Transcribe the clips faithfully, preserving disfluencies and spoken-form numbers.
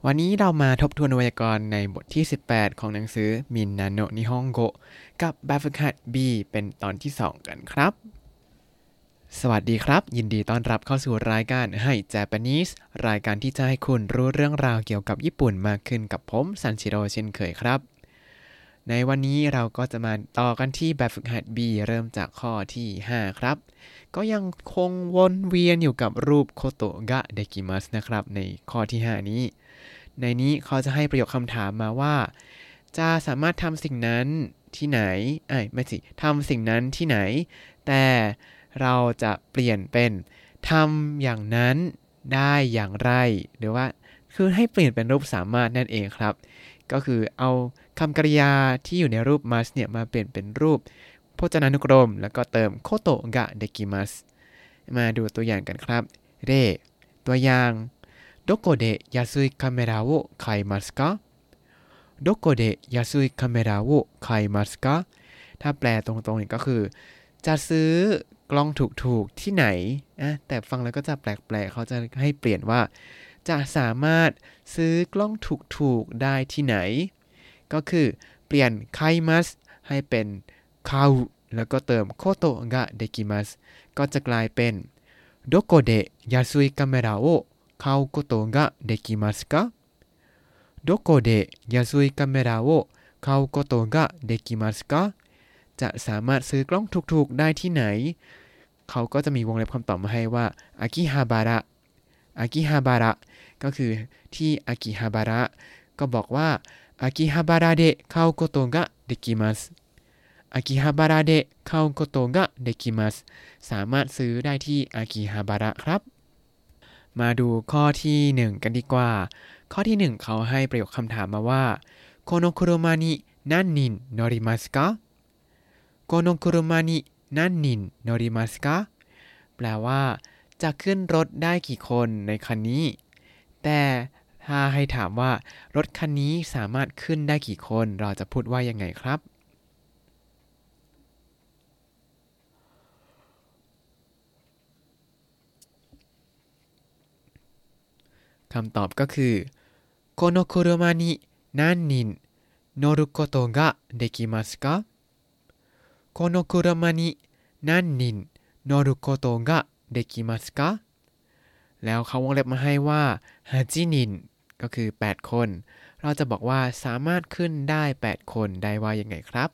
วันนี้เรามาทบทวนไวยากรณ์ในบทที่สิบแปดของหนังสือมินนาโนะนิฮงโกะกับแบบฝึกหัด B เป็นตอนที่สองกันครับสวัสดีครับยินดีต้อนรับเข้าสู่รายการให้ Japanese รายการที่จะให้คุณรู้เรื่องราวเกี่ยวกับญี่ปุ่นมากขึ้นกับผมซันชิโร่เช่นเคยครับในวันนี้เราก็จะมาต่อกันที่แบบฝึกหัด B เริ่มจากข้อที่ห้าครับก็ยังคงวนเวียนอยู่กับรูปโคโตะกะเดกิมัสนะครับในข้อที่ห้านี้ในนี้เขาจะให้ประโยคคำถามมาว่าจะสามารถทำสิ่งนั้นที่ไหนเอ้ยไม่สิทำสิ่งนั้นที่ไหนแต่เราจะเปลี่ยนเป็นทำอย่างนั้นได้อย่างไรหรือว่าคือให้เปลี่ยนเป็นรูปสามารถนั่นเองครับก็คือเอาคำกริยาที่อยู่ในรูป must เนี่ยมาเปลี่ยนเป็นรูปพจนานุกรมแล้วก็เติมโคโตะกะเดกิมัสมาดูตัวอย่างกันครับเรตัวอย่างどこで安いカメラを買いますかどこで安いカメラを買いますかถ้าแปลตรงๆนี่ก็คือจะซื้อกล้องถูกๆที่ไหนอ่ะแต่ฟังแล้วก็จะแปลกๆเขาจะให้เปลี่ยนว่าจะสามารถซื้อกล้องถูกๆได้ที่ไหนก็คือเปลี่ยนไคมัสให้เป็นคาแล้วก็เติมโคโตะกะเดกิมัสก็จะกลายเป็นどこで安いカメラを買うことができますかどこで安いカメラを買うことができますかจะสามารถซื้อกล้องถูกๆได้ที่ไหนเขาก็จะมีวงเล็บคำตอบมาให้ว่าอากิฮาบาระอากิฮาบาระก็คือที่อากิฮาบาระก็บอกว่าอากิฮาบาระเดะ買うことができますอากิฮาบาระเดะ買うことができますสามารถซื้อได้ที่อากิฮาบาระครับมาดูข้อที่หนึ่งกันดีกว่าข้อที่หนึ่งเขาให้ประโยคคำถามมาว่าโคโนคุโรมานินันนินโนริมัสกะโคโนคุโรมานินันนินโนริมัสกะแปลว่าจะขึ้นรถได้กี่คนในคันนี้แต่ถ้าให้ถามว่ารถคันนี้สามารถขึ้นได้กี่คนเราจะพูดว่ายังไงครับคำตอบก็คือこの車に何人乗ることができますかこの車に何人乗ることができますかแล้วเขาวงเล็บมาให้ว่าฮาจินินก็คือแปดคนเราจะบอกว่าสามารถขึ้นได้แปดคนได้ว่ายังไงครับ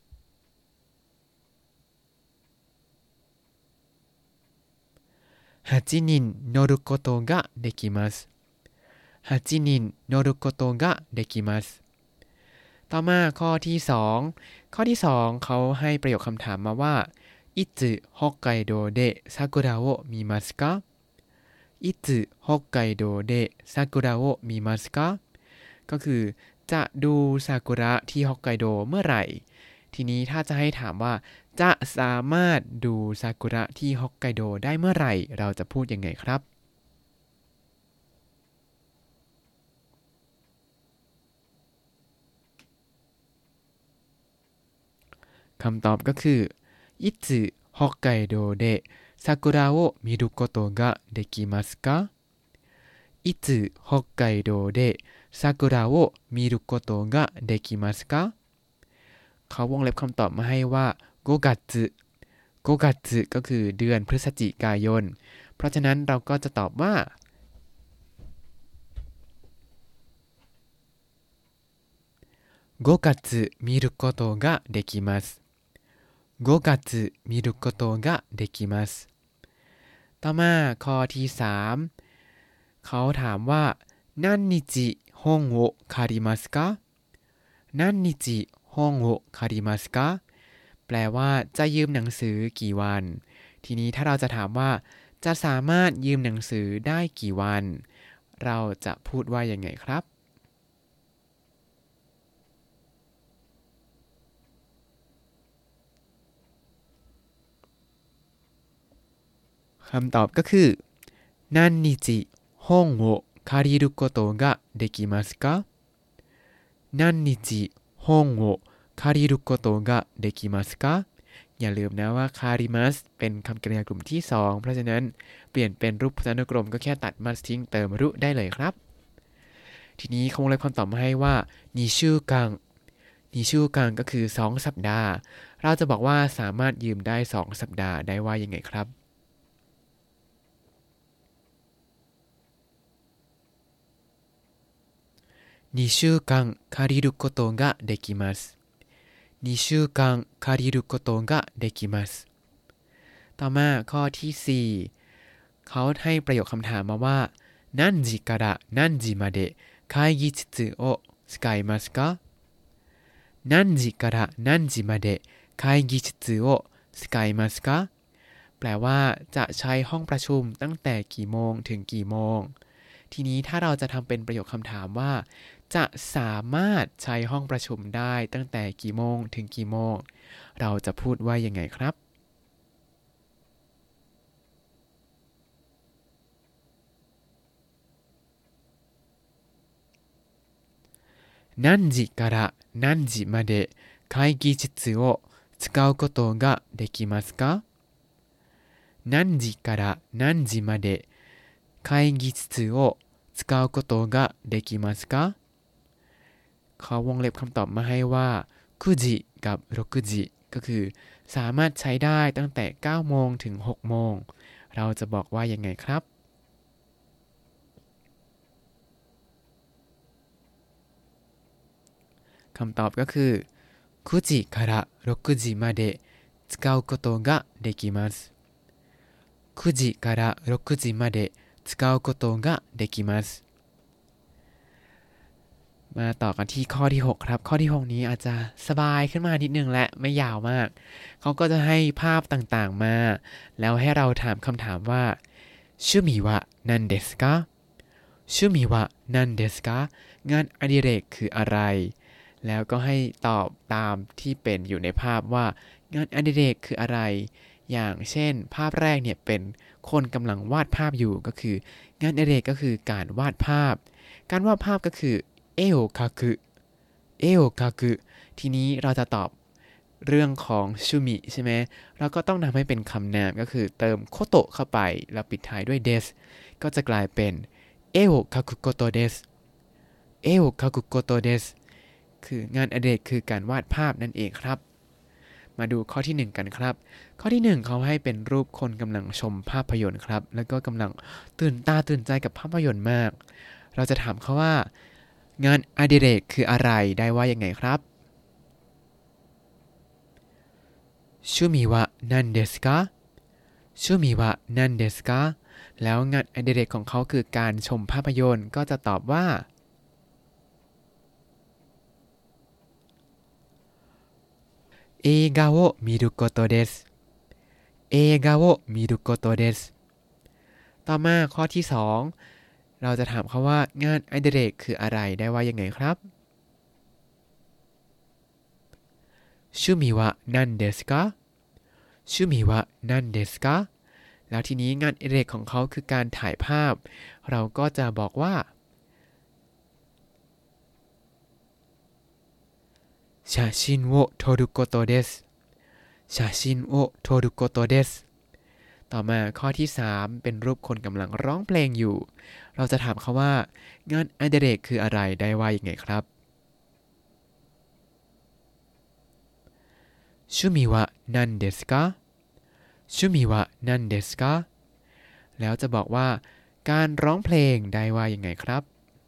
はちにん乗ることができますはちにん乗ることができますต่อมาข้อที่สองข้อที่สองเขาให้ประโยคคำถามมาว่ายつ北海道で桜を見ますかいつ北海道で桜を見ますかก็คือจะดูซากุระที่ฮอกไกโดเมื่อไหร่ทีนี้ถ้าจะให้ถามว่าจะสามารถดูซากุระที่ฮอกไกโดได้เมื่อไหร่เราจะพูดยังไงครับคำตอบก็คือいつ北海道で桜を見ることができますかいつ北海道で桜を見ることができますかเขาวงเล็บคำตอบมาให้ว่าโกกัตสึโกกัตสึก็คือเดือนพฤศจิกายนเพราะฉะนั้นเราก็จะตอบว่าごがつ見ることができますごがつ見ることができますต่อมาข้อที่สามเขาถามว่านันนิจิ本を借りますかนันนิจิ本を借りますかแปลว่าจะยืมหนังสือกี่วันทีนี้ถ้าเราจะถามว่าจะสามารถยืมหนังสือได้กี่วันเราจะพูดว่ายังไงครับคำตอบก็คือนันนิจิ本を借りることができますかนันนิจิ本を借りることができますかอย่าลืมนะว่าคาริมัสเป็นคำกริยากลุ่มที่สองเพราะฉะนั้นเปลี่ยนเป็นรูปพจนานุกรมก็แค่ตัดมัสทิ้งเติมรุได้เลยครับทีนี้เขาวงเล็บคำตอบมาให้ว่านิชูกังนิชูกังก็คือสองสัปดาห์เราจะบอกว่าสามารถยืมได้สองสัปดาห์ได้ว่ายังไงครับにしゅうかん借りることができますにしゅうかん借りることができますต่อมาข้อที่สี่เขาให้ประโยคคำถามมาว่า何時から何時まで会議室を使いますか何時から何時まで会議室を使いますかแปลว่าจะใช้ห้องประชุมตั้งแต่กี่โมงถึงกี่โมงทีนี้ถ้าเราจะทำเป็นประโยคคำถามว่าจะสามารถใช้ห้องประชุมได้ตั้งแต่กี่โมงถึงกี่โมงเราจะพูดว่ายังไงครับ何時から何時まで会議室を使うことができますか何時から何時まで会議室を使うことができますかเขาวงเล็บคำตอบมาให้ว่าคุจิกับろくじก็คือสามารถใช้ได้ตั้งแต่เก้าโมงถึงหกโมงเราจะบอกว่ายังไงครับคำตอบก็คือくじからろくじまで使うことができますくじからろくじまで使うことができますมาต่อกันที่ข้อที่หกครับข้อที่หกนี้อาจจะสบายขึ้นมานิดนึงและไม่ยาวมากเขาก็จะให้ภาพต่างๆมาแล้วให้เราถามคำถามว่า趣味は何ですか趣味は何ですかงานอดิเรกคืออะไรแล้วก็ให้ตอบตามที่เป็นอยู่ในภาพว่างานอดิเรกคืออะไรอย่างเช่นภาพแรกเนี่ยเป็นคนกำลังวาดภาพอยู่ก็คืองานอดิเรกก็คือการวาดภาพการวาดภาพก็คือเอโอคาคุเอโอคาคุทีนี้เราจะตอบเรื่องของชูมิใช่ไหมเราก็ต้องทำให้เป็นคำนามก็คือเติมโคโตะเข้าไปแล้วปิดท้ายด้วยเดสก็จะกลายเป็นเอโอคาคุโกโตเดสเอโอคาคุโกโตเดสคืองานอดิเรกคือการวาดภาพนั่นเองครับมาดูข้อที่หนึ่งกันครับข้อที่หนึ่งเขาให้เป็นรูปคนกำลังชมภาพยนตร์ครับแล้วก็กำลังตื่นตาตื่นใจกับภาพยนตร์มากเราจะถามเขาว่างานอดิเรกคืออะไรได้ว่ายังไงครับ趣味は何ですか趣味は何ですかแล้วงานอดิเรกของเขาคือการชมภาพยนตร์ก็จะตอบว่า映画を見ることです映画を見ることですต่อมาข้อที่สองเราจะถามเขาว่างานอดิเรกคืออะไรได้ว่ายังไงครับ趣味は何ですか趣味は何ですかแล้วทีนี้งานอดิเรกของเขาคือการถ่ายภาพเราก็จะบอกว่า写真を撮ることです写真を撮ることですต่อมาข้อที่สามเป็นรูปคนกำลังร้องเพลงอยู่เราจะถามเขาว่างานอดิเรกคืออะไรได้ว่ายังไงครับ趣味は何ですか趣味は何ですかแล้วจะบอกว่าการร้องเพลงได้ว่ายังไงครับ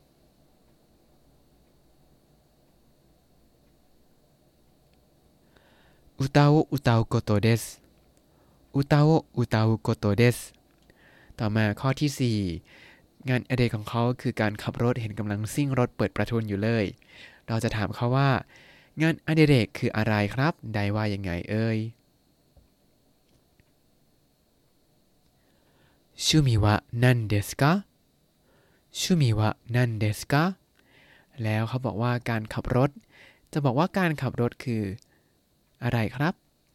歌を歌うことです歌を歌うことですต่อมาข้อที่สี่งานอดิเรกของเขาคือการขับรถเห็นกำลังซิ่งรถเปิดประทุนอยู่เลยเราจะถามเขาว่างานอดิเรกคืออะไรครับได้ว่ายังไงเอ่ย趣味は何ですか趣味は何ですかแล้วเขาบอกว่าการขับรถจะบอกว่าการขับรถคืออะไรครับ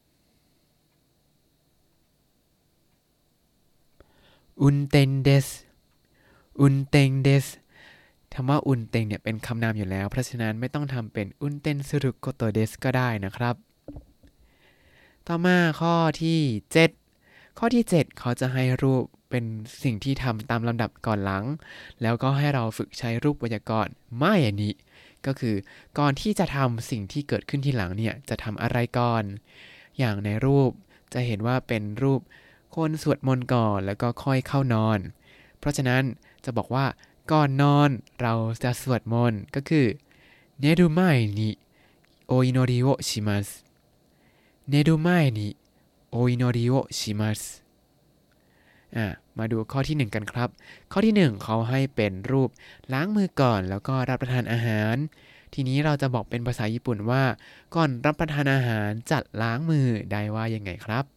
อุนเต็นเดสอุนเต็งเดสคำว่าอุนเต็งเนี่ยเป็นคำนามอยู่แล้วเพราะฉะนั้นไม่ต้องทำเป็นอุนเต็นซึรุโกโตเดสก็ได้นะครับต่อมาข้อที่เจ็ดข้อที่เจ็ดเขาจะให้รูปเป็นเป็นสิ่งที่ทำตามลำดับก่อนหลังแล้วก็ให้เราฝึกใช้รูปไวยากรณ์ไม่อันนี้ก็คือก่อนที่จะทำสิ่งที่เกิดขึ้นทีหลังเนี่ยจะทำอะไรก่อนอย่างในรูปจะเห็นว่าเป็นรูปคนสวดมนต์ก่อนแล้วก็ค่อยเข้านอนเพราะฉะนั้นจะบอกว่าก่อนนอนเราจะสวดมนต์ก็คือเนรุไมนิโออิโนริโอชิมัสเนรุไมนิโออิโนริโอชิมัสอ่ะมาดูข้อที่หนึ่งกันครับข้อที่หนึ่งเขาให้เป็นรูปล้างมือก่อนแล้วก็รับประทานอาหารทีนี้เราจะบอกเป็นภาษาญี่ปุ่นว่าก่อนรับประทานอาหารจัดล้างมือได้ว่ายังไงครับ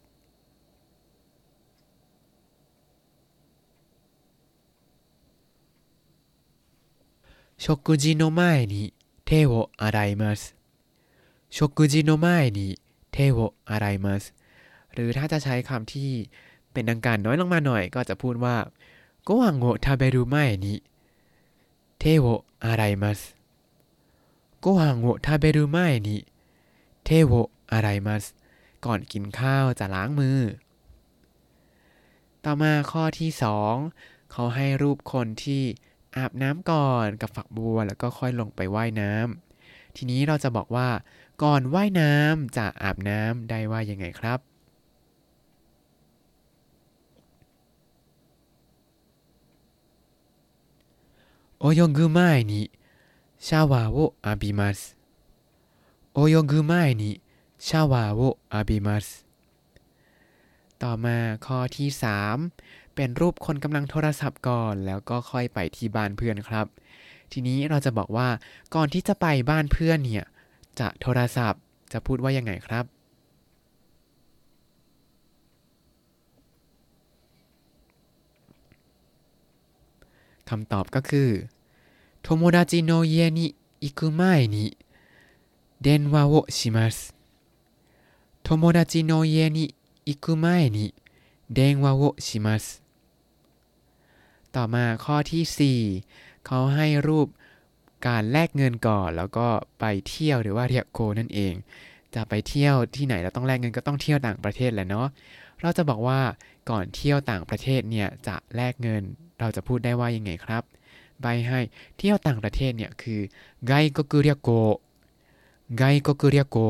食事の前に手を洗います食事の前に手を洗いますหรือถ้าจะใช้คำที่เป็นทางการน้อยลงมาหน่อยก็จะพูดว่าご飯を食べる前に手を洗いますご飯を食べる前に手を洗いますก่อนกินข้าวจะล้างมือต่อมาข้อที่สองเขาให้รูปคนที่อาบน้ำก่อนกับฝักบัวแล้วก็ค่อยลงไปว่ายน้ำทีนี้เราจะบอกว่าก่อนว่ายน้ำจะอาบน้ำได้ว่ายังไงครับ泳ぐ前にシャワーを浴びます泳ぐ前にシャワーを浴びますต่อมาข้อที่สามเป็นรูปคนกำลังโทรศัพท์ก่อนแล้วก็ค่อยไปที่บ้านเพื่อนครับทีนี้เราจะบอกว่าก่อนที่จะไปบ้านเพื่อนเนี่ยจะโทรศัพท์จะพูดว่ายังไงครับคำตอบก็คือ友達の家に行く前に電話をします友達の家に行く前に電話をしますต่อมาข้อที่สี่เขาให้รูปการแลกเงินก่อนแล้วก็ไปเที่ยวหรือว่าเรียกโกนั่นเองจะไปเที่ยวที่ไหนเราต้องแลกเงินก็ต้องเที่ยวต่างประเทศแหละเนาะเราจะบอกว่าก่อนเที่ยวต่างประเทศเนี่ยจะแลกเงินเราจะพูดได้ว่ายังไงครับใบให้เที่ยวต่างประเทศเนี่ยคือไกโกกุเรียโกไกโกกุเรียโก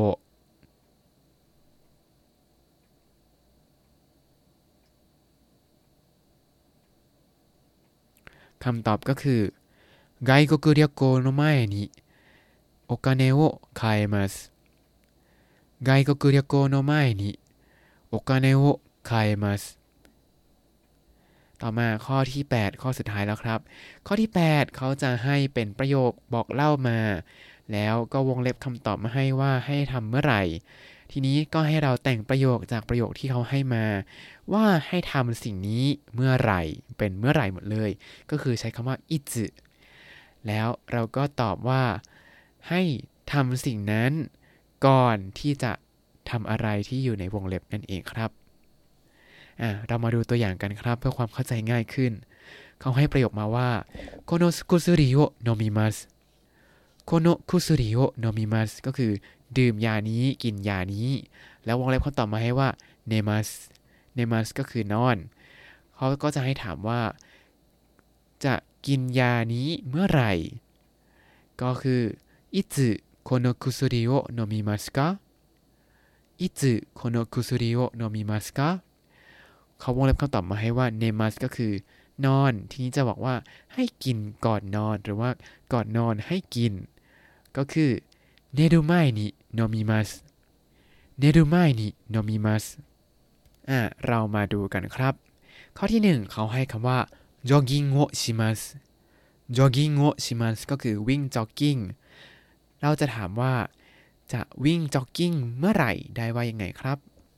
คำตอบก็คือ外国旅行の前にお金を変えます外国旅行の前にお金を変えますต่อมาข้อที่แปดข้อสุดท้ายแล้วครับข้อที่แปดเขาจะให้เป็นประโยคบอกเล่ามาแล้วก็วงเล็บคำตอบมาให้ว่าให้ทำเมื่อไหร่ทีนี้ก็ให้เราแต่งประโยคจากประโยคที่เขาให้มาว่าให้ทำสิ่งนี้เมื่อไหร่เป็นเมื่อไหร่หมดเลยก็คือใช้คำว่าอิจึแล้วเราก็ตอบว่าให้ทำสิ่งนั้นก่อนที่จะทำอะไรที่อยู่ในวงเล็บนั่นเองครับอ่ะเรามาดูตัวอย่างกันครับเพื่อความเข้าใจง่ายขึ้นเขาให้ประโยคมาว่าโคโนคุซุริโอโนมิมัสโคโนคุซุริโอโนมิมัสก็คือดื่มยานี้กินยานี้แล้ววงเล็บเขาตอบมาให้ว่าเนมัสเนมัสก็คือนอนเขาก็จะให้ถามว่าจะกินยานี้เมื่อไหร่ก็คืออิจึโคโนคุซุริโอโนมิมัสกะอิจึโคโนคุซุริโอโนมิมัสกะเขาวงเล็บคำตอบมาให้ว่าเนมัสก็คือนอนทีนี้จะบอกว่าให้กินก่อนนอนหรือว่าก่อนนอนให้กินก็คือเนรุไมนิโนมิมัสเนรุไมนิโนมิมัสอ่ะเรามาดูกันครับข้อที่หนึ่งเขาให้คำว่าジョギングをしますジョギングをしますก็คือวิ่งจ็อกกิ้งเราจะถามว่าจะวิ่งจ็อกกิ้งเมื่อไหร่ได้ว่ายังไงครับ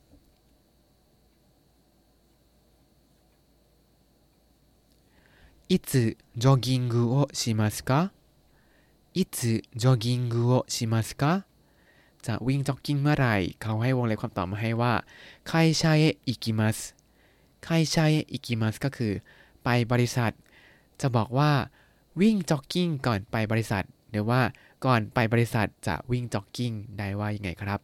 いつジョギングをしますかいつジョギングをしますかจะวิ่งจ็อกกิ้งเมื่อไหร่เขาให้วงเล็บคำตอบมาให้ว่า会社へ行きます会社へ行きますก็คือไปบริษัทจะบอกว่าวิ่งจ็อกกิ้งก่อนไปบริษัทหรือว่าก่อนไปบริษัทจะวิ่งจ็อกกิ้งได้ว่ายังไงครับ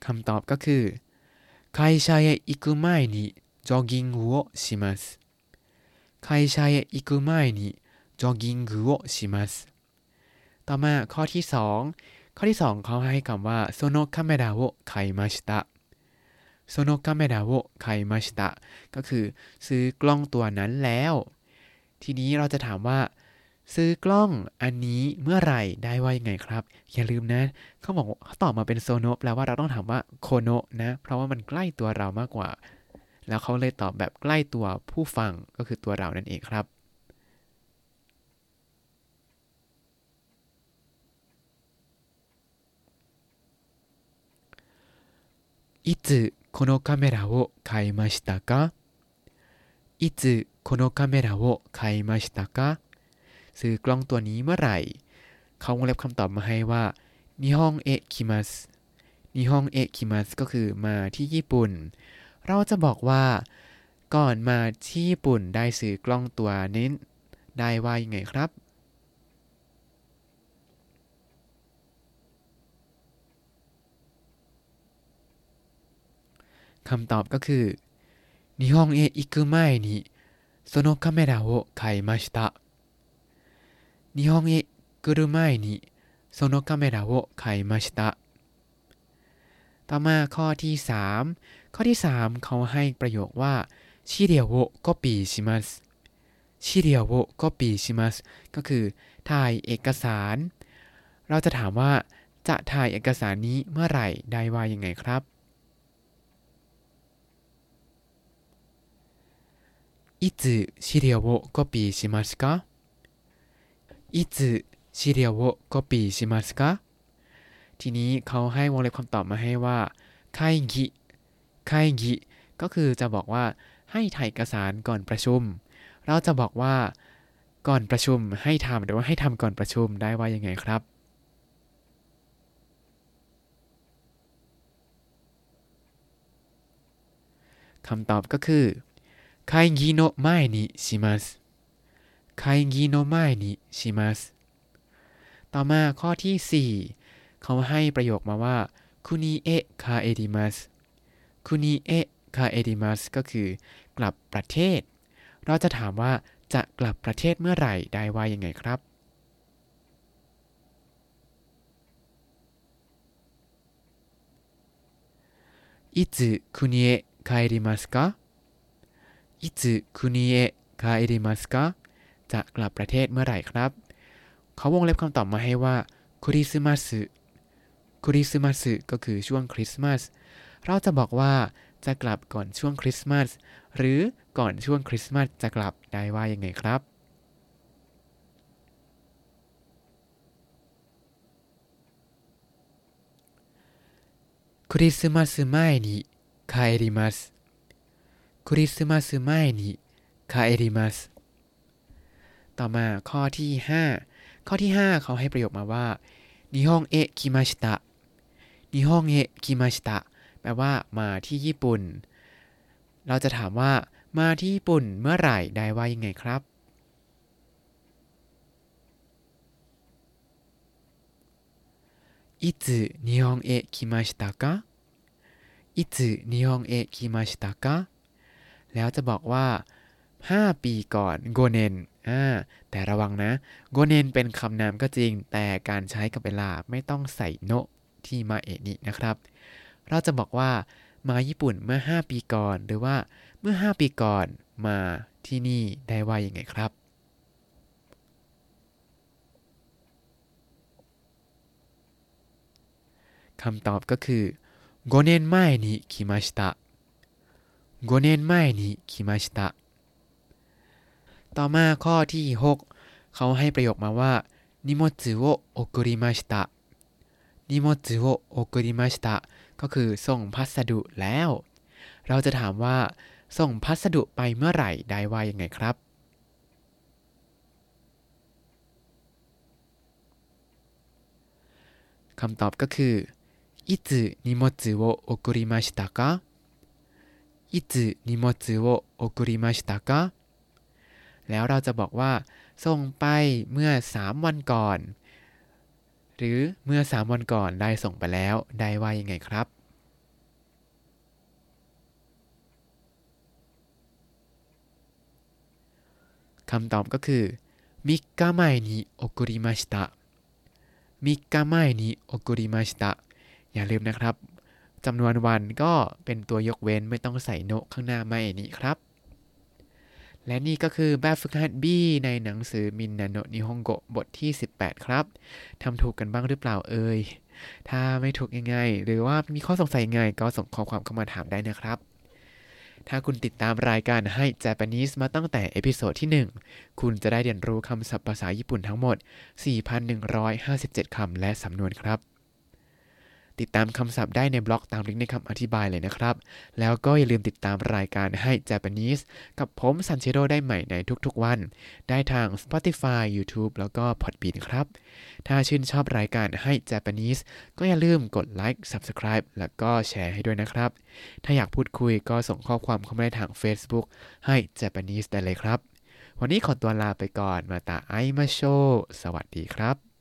คำตอบก็คือ会社へ行く前にジョギングをします会社へ行く前にジョギングをしますต่อมาข้อที่สองข้อที่สองเขาให้คำว่าโซโนคาเมระโอไคมาชิตะโซโนคาเมระโอไคมาชิตะก็คือซื้อกล้องตัวนั้นแล้วทีนี้เราจะถามว่าซื้อกล้องอันนี้เมื่อไหร่ได้ว่ายังไงครับอย่าลืมนะเขาบอกเขาตอบมาเป็นโซโนะแปลว่าเราต้องถามว่าโคโนะนะเพราะว่ามันใกล้ตัวเรามากกว่าแล้วเขาเลยตอบแบบใกล้ตัวผู้ฟังก็คือตัวเรานั่นเองครับいつこのカメラを買いましたかいつこのカメラを買いましたかซื้อกล้องตัวนี้เมื่อไหร่เขาวงเล็บคำตอบมาให้ว่านิฮงเอะคิมัสนิฮงเอะคิมัสก็คือมาที่ญี่ปุ่นเราจะบอกว่าก่อนมาที่ญี่ปุ่นได้ซื้อกล้องตัวนี้ได้ว่ายังไงครับคำตอบก็คือ日本へ行く前にそのカメラを買いました日本へ来る前にそのカメラを買いましたต่อมาข้อที่สามข้อที่สามเขาให้ประโยคว่า資料をコピーします資料をコピーしますก็คือถ่ายเอกสารเราจะถามว่าจะถ่ายเอกสารนี้เมื่อไหร่ได้ว่ายังไงครับいつ資料をコピーしますかいつ資料をコピーしますかทีนี้เขาให้วงเล็บคำตอบมาให้ว่า会議会議ก็คือจะบอกว่าให้ถ่ายเอกสารก่อนประชุมเราจะบอกว่าก่อนประชุมให้ทำหรือว่าให้ทำก่อนประชุมได้ว่ายังไงครับคำตอบก็คือ会議の前にします会議の前にしますต่อมาข้อที่สี่เขาให้ประโยคมาว่าคุนิเอะคาเอดิมัสคุนิเอะคาเอดิมัสก็คือกลับประเทศเราจะถามว่าจะกลับประเทศเมื่อไหร่ได้ว่ายังไงครับいつ国へ帰りますかいつ国へ帰りますかจะกลับประเทศเมื่อไหร่ครับเขาวงเล็บคำตอบมาให้ว่าคริสต์มาสคริสต์มาสก็คือช่วงคริสต์มาสเราจะบอกว่าจะกลับก่อนช่วงคริสต์มาสหรือก่อนช่วงคริสต์มาสจะกลับได้ว่ายังไงครับคริสต์มาส前に帰りますคริสต์มาส前に帰りますต่อมาข้อที่ห้าข้อที่ห้าเขาให้ประโยคมาว่า日本へ来ました日本へ来ましたแปลว่ามาที่ญี่ปุ่นเราจะถามว่ามาที่ญี่ปุ่นเมื่อไหร่ได้ว่ายังไงครับいつ日本へ来ましたかいつ日本へ来ましたかแล้วจะบอกว่าห้าปีก่อนโกเนนอ่าแต่ระวังนะโกเนนเป็นคำนามก็จริงแต่การใช้กับเวลาไม่ต้องใส่โนะที่มาเอะนินะครับเราจะบอกว่ามาญี่ปุ่นเมื่อห้าปีก่อนหรือว่าเมื่อห้าปีก่อนมาที่นี่ได้ว่ายังไงครับคำตอบก็คือごねんまえに来ましたごねんまえに来ましたต่อมาข้อที่หกเขาให้ประโยคมาว่านิโมจิโอโอคุริมาชิตะนิโมจิโอโอคุริมาชิตะก็คือส่งพัสดุแล้วเราจะถามว่าส่งพัสดุไปเมื่อไหร่ได้ว่ายังไงครับคำตอบก็คือいつ荷物を送りましたかいつ荷物を送りましたかแล้วเราจะบอกว่าส่งไปเมื่อสามวันก่อนหรือเมื่อสามวันก่อนได้ส่งไปแล้วได้ว่ายังไงครับคำตอบก็คือมิกะไมนิโอกุริมาชิตะมิกะไมนิโอกุริมาชิตะอย่าลืมนะครับจำนวนวันก็เป็นตัวยกเว้นไม่ต้องใส่โนะข้างหน้าไมนิครับและนี่ก็คือแบบฝึกหัด B ในหนังสือมินนาโนะนิฮงโกะบทที่สิบแปดครับทำถูกกันบ้างหรือเปล่าเอ่ยถ้าไม่ถูกยังไงหรือว่ามีข้อสงสัยยังไงก็ส่งข้อความเข้ามาถามได้นะครับถ้าคุณติดตามรายการให้ Japanese มาตั้งแต่เอพิโซดที่หนึ่งคุณจะได้เรียนรู้คำศัพท์ภาษาญี่ปุ่นทั้งหมด สี่พันหนึ่งร้อยห้าสิบเจ็ด คำและสำนวนครับติดตามคำศัพท์ได้ในบล็อกตามลิงก์ในคำอธิบายเลยนะครับแล้วก็อย่าลืมติดตามรายการให้ Japanese กับผมซันเชโร่ได้ใหม่ในทุกๆวันได้ทาง Spotify YouTube แล้วก็ Podbean ครับถ้าชื่นชอบรายการให้ Japanese ก็อย่าลืมกดไลค์ Subscribe แล้วก็แชร์ให้ด้วยนะครับถ้าอยากพูดคุยก็ส่งข้อความเข้ามาได้ทาง Facebook ให้ Japanese ได้เลยครับวันนี้ขอตัวลาไปก่อนมาตาไอมาโชสวัสดีครับ